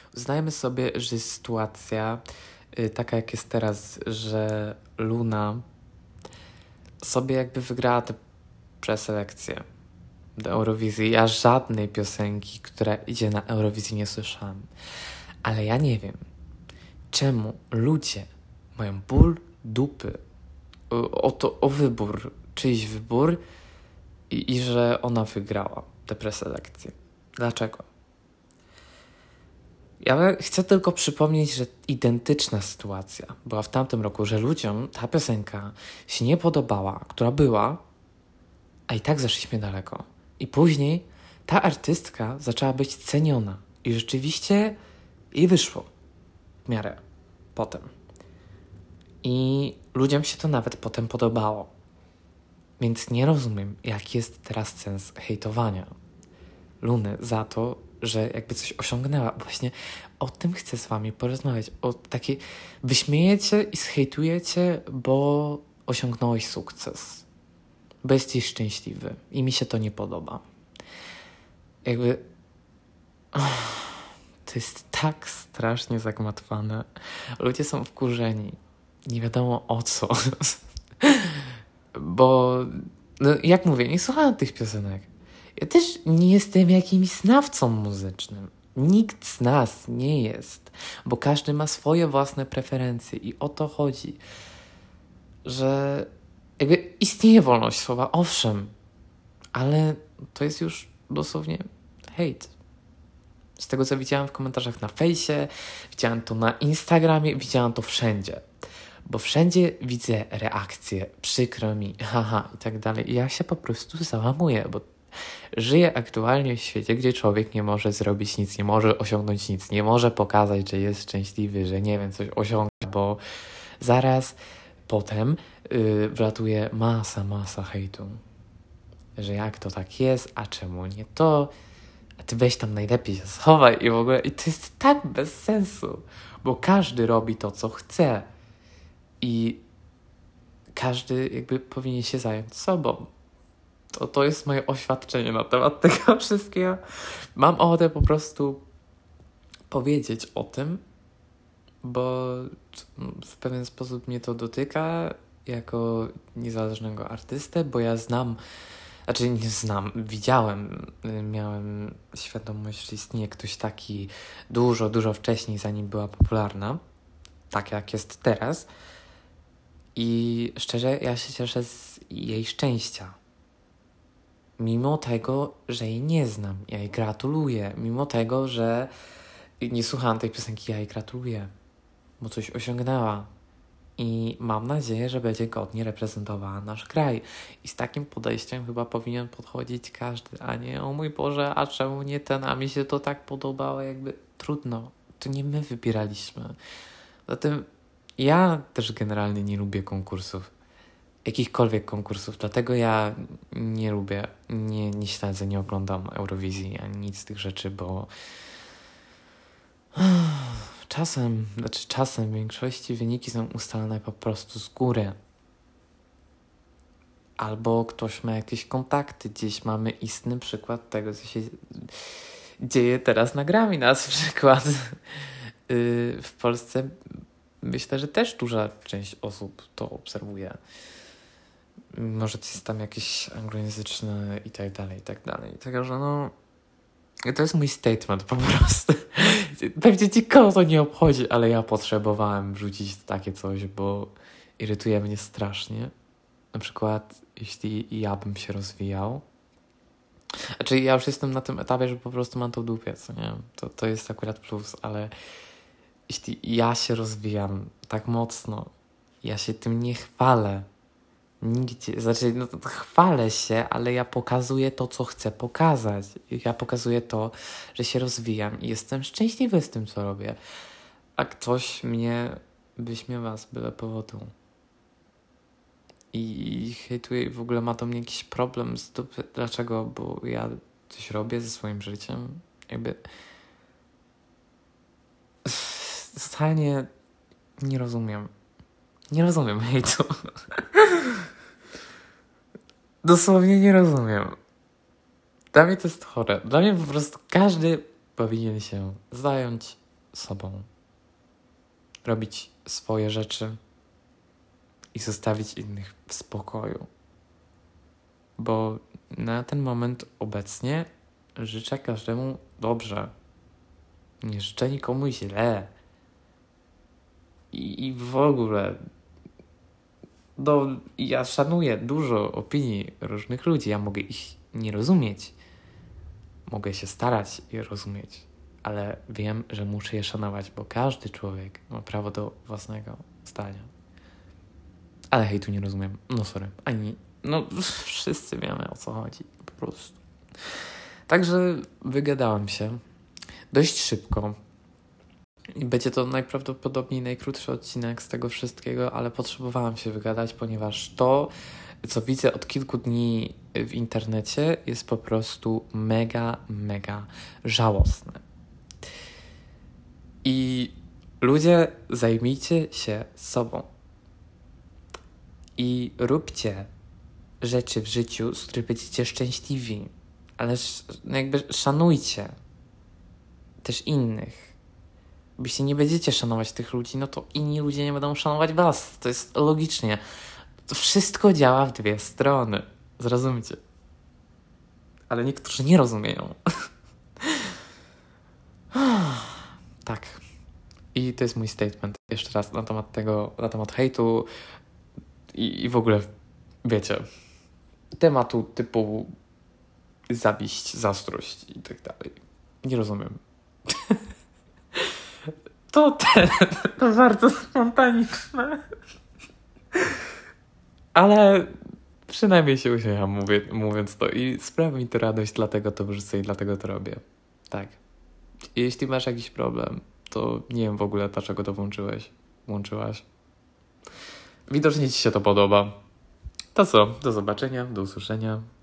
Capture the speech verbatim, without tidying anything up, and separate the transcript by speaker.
Speaker 1: Uznajmy sobie, że jest sytuacja y, taka jak jest teraz, że Luna sobie jakby wygrała tę preselekcję do Eurowizji. Ja żadnej piosenki, która idzie na Eurowizji, nie słyszałam. Ale ja nie wiem, czemu ludzie mają ból dupy o, o, to, o wybór, czyjś wybór i, i że ona wygrała tę preselekcję. Dlaczego? Ja chcę tylko przypomnieć, że identyczna sytuacja była w tamtym roku, że ludziom ta piosenka się nie podobała, która była, a i tak zeszliśmy daleko. I później ta artystka zaczęła być ceniona i rzeczywiście jej wyszło w miarę potem. I ludziom się to nawet potem podobało. Więc nie rozumiem, jaki jest teraz sens hejtowania Luny za to, że jakby coś osiągnęła. Właśnie o tym chcę z wami porozmawiać. O takiej, wyśmiejecie i zhejtujecie, bo osiągnąłeś sukces. Bo jesteś szczęśliwy. I mi się to nie podoba. Jakby to jest tak strasznie zagmatwane. Ludzie są wkurzeni. Nie wiadomo o co. Bo no jak mówię, nie słuchałem tych piosenek. Ja też nie jestem jakimś znawcą muzycznym. Nikt z nas nie jest. Bo każdy ma swoje własne preferencje. I o to chodzi. Że jakby istnieje wolność słowa, owszem. Ale to jest już dosłownie hejt. Z tego, co widziałam w komentarzach na fejsie, widziałam to na Instagramie, widziałam to wszędzie. Bo wszędzie widzę reakcje, przykro mi, haha i tak dalej. I ja się po prostu załamuję, bo żyję aktualnie w świecie, gdzie człowiek nie może zrobić nic, nie może osiągnąć nic, nie może pokazać, że jest szczęśliwy, że nie wiem, coś osiąga, bo zaraz potem yy, wlatuje masa, masa hejtu. Że jak to tak jest, a czemu nie to, a ty weź tam najlepiej się schowaj i w ogóle. I to jest tak bez sensu, bo każdy robi to, co chce. I każdy jakby powinien się zająć sobą. To, to jest moje oświadczenie na temat tego wszystkiego. Mam ochotę po prostu powiedzieć o tym, bo w pewien sposób mnie to dotyka jako niezależnego artystę, bo ja znam, znaczy nie znam, widziałem, miałem świadomość, że istnieje ktoś taki dużo, dużo wcześniej, zanim była popularna, tak jak jest teraz. I szczerze, ja się cieszę z jej szczęścia. Mimo tego, że jej nie znam, ja jej gratuluję. Mimo tego, że nie słuchałam tej piosenki, ja jej gratuluję, bo coś osiągnęła. I mam nadzieję, że będzie godnie reprezentowała nasz kraj. I z takim podejściem chyba powinien podchodzić każdy, a nie o mój Boże, a czemu nie ten, a mi się to tak podobało, jakby trudno. To nie my wybieraliśmy. Zatem ja też generalnie nie lubię konkursów. Jakichkolwiek konkursów. Dlatego ja nie lubię, nie, nie śledzę, nie oglądam Eurowizji ani nic z tych rzeczy, bo czasem, znaczy czasem w większości wyniki są ustalane po prostu z góry. Albo ktoś ma jakieś kontakty. Gdzieś mamy istny przykład tego, co się dzieje teraz na Grammy, na przykład. W Polsce myślę, że też duża część osób to obserwuje. Może to jest tam jakieś anglojęzyczne i tak dalej, i tak dalej. Także że no, to jest mój statement po prostu. Pewnie nikogo to nie obchodzi, ale ja potrzebowałem wrzucić takie coś, bo irytuje mnie strasznie. Na przykład, jeśli ja bym się rozwijał. Znaczy, ja już jestem na tym etapie, że po prostu mam to w dupie, co nie? To, to jest akurat plus, ale jeśli ja się rozwijam tak mocno, ja się tym nie chwalę. Nigdzie, znaczy, no to chwalę się, ale ja pokazuję to, co chcę pokazać. Ja pokazuję to, że się rozwijam i jestem szczęśliwy z tym, co robię. A ktoś mnie wyśmiewa z byle powodu. I hejtuje i w ogóle ma do mnie jakiś problem z dupy. Dlaczego? Bo ja coś robię ze swoim życiem. Jakby totalnie nie rozumiem. Nie rozumiem hejtu. Dosłownie nie rozumiem. Dla mnie to jest chore. Dla mnie po prostu każdy powinien się zająć sobą. Robić swoje rzeczy i zostawić innych w spokoju. Bo na ten moment obecnie życzę każdemu dobrze. Nie życzę nikomu źle. I, i w ogóle no, ja szanuję dużo opinii różnych ludzi. Ja mogę ich nie rozumieć. Mogę się starać je rozumieć. Ale wiem, że muszę je szanować, bo każdy człowiek ma prawo do własnego zdania. Ale hejtu nie rozumiem. No sorry. Ani... No wszyscy wiemy, o co chodzi. Po prostu. Także wygadałem się dość szybko. I będzie to najprawdopodobniej najkrótszy odcinek z tego wszystkiego, ale potrzebowałam się wygadać, ponieważ to, co widzę od kilku dni w internecie, jest po prostu mega, mega żałosne. I ludzie, zajmijcie się sobą. I róbcie rzeczy w życiu, z których będziecie szczęśliwi. Ale jakby szanujcie też innych. Jeśli nie będziecie szanować tych ludzi, no to inni ludzie nie będą szanować was. To jest logicznie. To wszystko działa w dwie strony. Zrozumcie. Ale niektórzy nie rozumieją. Tak. I to jest mój statement. Jeszcze raz na temat tego, na temat hejtu i, i w ogóle, wiecie, tematu typu zawiść, zazdrość i tak dalej. Nie rozumiem. To ten, to bardzo spontaniczne. Ale przynajmniej się uśmiecham mówię, mówiąc to i sprawia mi to radość, dlatego to wrzucę i dlatego to robię. Tak. I jeśli masz jakiś problem, to nie wiem w ogóle, dlaczego to włączyłeś. Włączyłaś. Widocznie ci się to podoba. To co? Do zobaczenia, do usłyszenia.